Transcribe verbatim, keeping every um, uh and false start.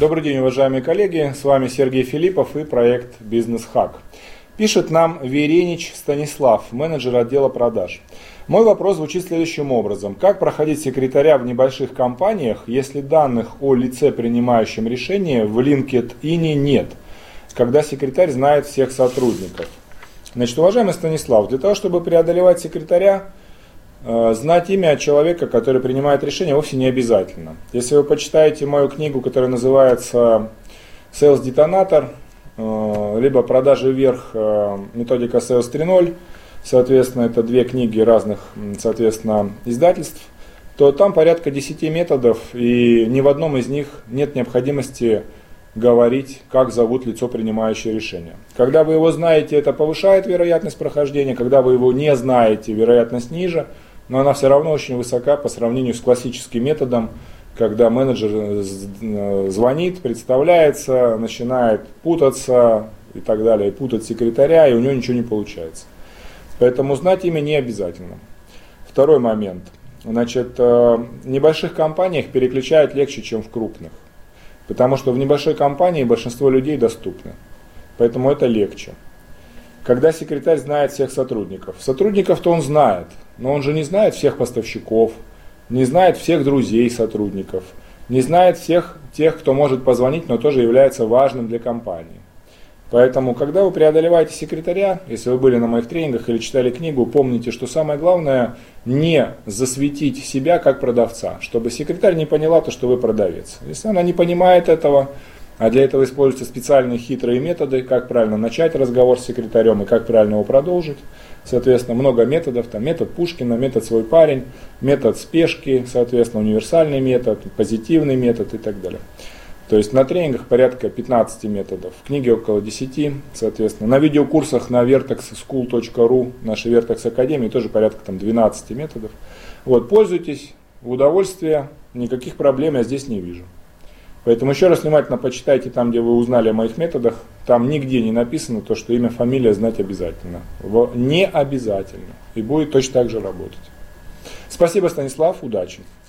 Добрый день, уважаемые коллеги, с вами Сергей Филиппов и проект Business Hack. Пишет нам Веренич Станислав, менеджер отдела продаж. Мой вопрос звучит следующим образом. Как проходить секретаря в небольших компаниях, если данных о лице, принимающем решение, в LinkedIn нет, когда секретарь знает всех сотрудников? Значит, уважаемый Станислав, для того, чтобы преодолевать секретаря, знать имя человека, который принимает решение, вовсе не обязательно. Если вы почитаете мою книгу, которая называется Sales Detonator, либо «Продажи вверх. Методика Sales три ноль», соответственно, это две книги разных, соответственно, издательств, то там порядка десяти методов, и ни в одном из них нет необходимости говорить, как зовут лицо, принимающее решение. Когда вы его знаете, это повышает вероятность прохождения, когда вы его не знаете, вероятность ниже, но она все равно очень высока по сравнению с классическим методом, когда менеджер звонит, представляется, начинает путаться и так далее, и путать секретаря, и у него ничего не получается. Поэтому знать имя не обязательно. Второй момент. Значит, в небольших компаниях переключают легче, чем в крупных. Потому что в небольшой компании большинство людей доступны. Поэтому это легче. Когда секретарь знает всех сотрудников. Сотрудников-то он знает, но он же не знает всех поставщиков, не знает всех друзей сотрудников, не знает всех тех, кто может позвонить, но тоже является важным для компании. Поэтому, когда вы преодолеваете секретаря, если вы были на моих тренингах или читали книгу, помните, что самое главное не засветить себя как продавца, чтобы секретарь не поняла то, что вы продавец. Если она не понимает этого, а для этого используются специальные хитрые методы, как правильно начать разговор с секретарем и как правильно его продолжить. Соответственно, много методов, там метод Пушкина, метод свой парень, метод спешки, соответственно, универсальный метод, позитивный метод и так далее. То есть на тренингах порядка пятнадцати методов, в книге около десяти, соответственно. На видеокурсах на vertex school точка ру, нашей Vertex Академии, тоже порядка там двенадцати методов. Вот, пользуйтесь, в удовольствие, никаких проблем я здесь не вижу. Поэтому еще раз внимательно почитайте там, где вы узнали о моих методах. Там нигде не написано то, что имя, фамилия знать обязательно. Не обязательно. И будет точно так же работать. Спасибо, Станислав, удачи.